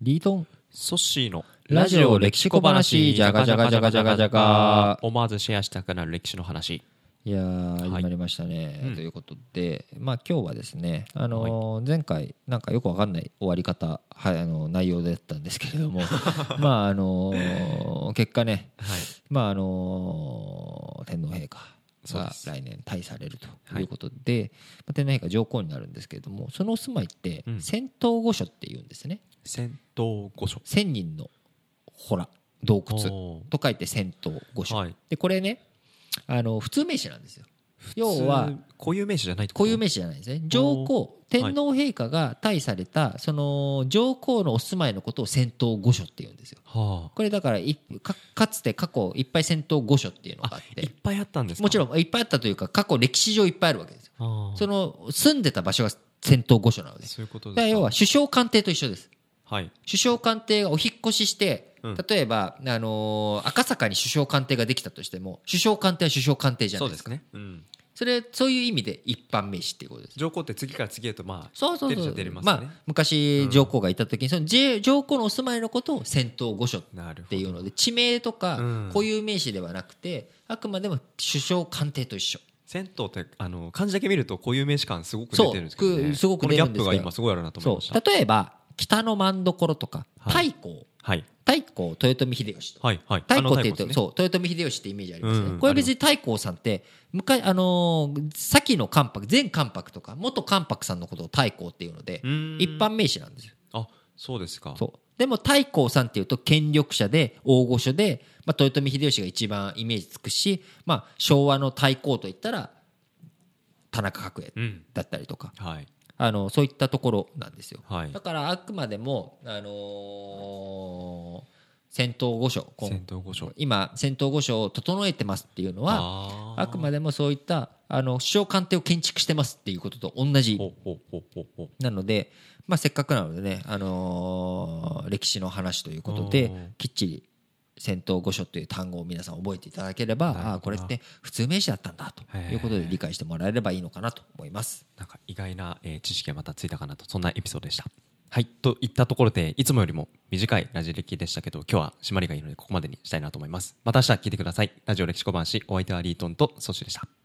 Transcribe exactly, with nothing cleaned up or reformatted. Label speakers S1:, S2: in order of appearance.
S1: リートン
S2: ソッシーの
S1: ラジオ歴史小話じゃがじゃがじゃがじゃがじゃが。
S2: 思わずシェアしたくなる歴史の話。
S1: いやー始まりましたね、
S2: うん
S1: ということで、まあ、今日はですね、あのー前回なんかよくわかんない終わり方、はい、あの内容だったんですけれどもまああのー結果ね、
S2: はい。
S1: まああのー天皇陛下が
S2: そうです
S1: 来年退位されるということで、まあ、天皇陛下上皇になるんですけれども、そのお住まいって
S2: うん
S1: 仙洞御所っていうんですね。
S2: 仙洞御所。
S1: 千人のほら洞窟
S2: おー
S1: と書いて仙洞御所、
S2: はい。
S1: でこれね、あの普通名詞なんですよ。要は
S2: 固有名詞じゃないってこと。
S1: 固有名詞じゃないですね。上皇天皇陛下が退位されたその上皇のお住まいのことを仙洞御所っていうんですよ。
S2: はあ。
S1: これだからい か, かつて過去いっぱい仙洞御所っていうのがあっ
S2: いってぱいあったんですか。
S1: もちろんいっぱいあったというか過去歴史上いっぱいあるわけですよ。
S2: はあ。
S1: その住んでた場所が仙洞御所なので、
S2: そういうこと
S1: だ
S2: ですか。
S1: から要は首相官邸と一緒です。
S2: はい。
S1: 首相官邸がお引っ越しして
S2: うん
S1: 例えば、あのー赤坂に首相官邸ができたとしても首相官邸は首相官邸じゃないですか。
S2: そうですね。うん。
S1: それそういう意味で一般名詞っていうことです。
S2: 上皇って次から次へとまあ
S1: そうそうそう
S2: 出るじゃ出れます
S1: ま
S2: よね。
S1: あ昔上皇がいた時にその上上皇のお住まいのことを仙洞御所っ
S2: なるほど。
S1: ていうので地名とか
S2: うん
S1: 固有名詞ではなくてあくまでも首相官邸と一緒。
S2: 銭湯ってあの漢字だけ見ると固有名詞感すごく出てるんですけどね。
S1: そうくすごく出るんですけど
S2: このギャップが今すごいあるなと思い
S1: そ
S2: ました。
S1: う例えば北の政所とか
S2: はい
S1: 太閤
S2: はい
S1: 太閤豊臣秀吉と
S2: はいはい。
S1: 太閤っていうと、
S2: あの太閤ですね
S1: そう豊臣秀吉ってイメージありますね、
S2: うん
S1: これ別に太閤さんって昔あのー先の関白前関白とか元関白さんのことを太閤っていうので
S2: うーん
S1: 一般名詞なんですよ。
S2: あ、そうですか。
S1: そうでも太閤さんっていうと権力者で大御所で、まあ、豊臣秀吉が一番イメージつくし、まあ、昭和の太閤といったら田中角栄
S2: うん。
S1: だったりとか
S2: はい
S1: あのそういったところなんですよ。
S2: はい
S1: だ。からあくまでも、あのー仙洞御所こん
S2: 仙洞御所。
S1: 今仙洞御所を整えてますっていうのは
S2: あ
S1: あくまでもそういったあの首相官邸を建築してますっていうことと同じ
S2: ほうほうほうほうほう。
S1: なので、まあ、せっかくなのでね、あのー歴史の話ということで
S2: うん
S1: きっちり仙洞御所という単語を皆さん覚えていただければ
S2: なるほどな
S1: ああこれって普通名詞だったんだということで理解してもらえればいいのかなと思います。
S2: なんか意外な、えー知識がまたついたかなと、そんなエピソードでした。はいといったところで、いつもよりも短いラジ歴でしたけど、今日は締まりがいいのでここまでにしたいなと思います。また明日聞いてください。ラジオ歴史小話、お相手はリートンとソシでした。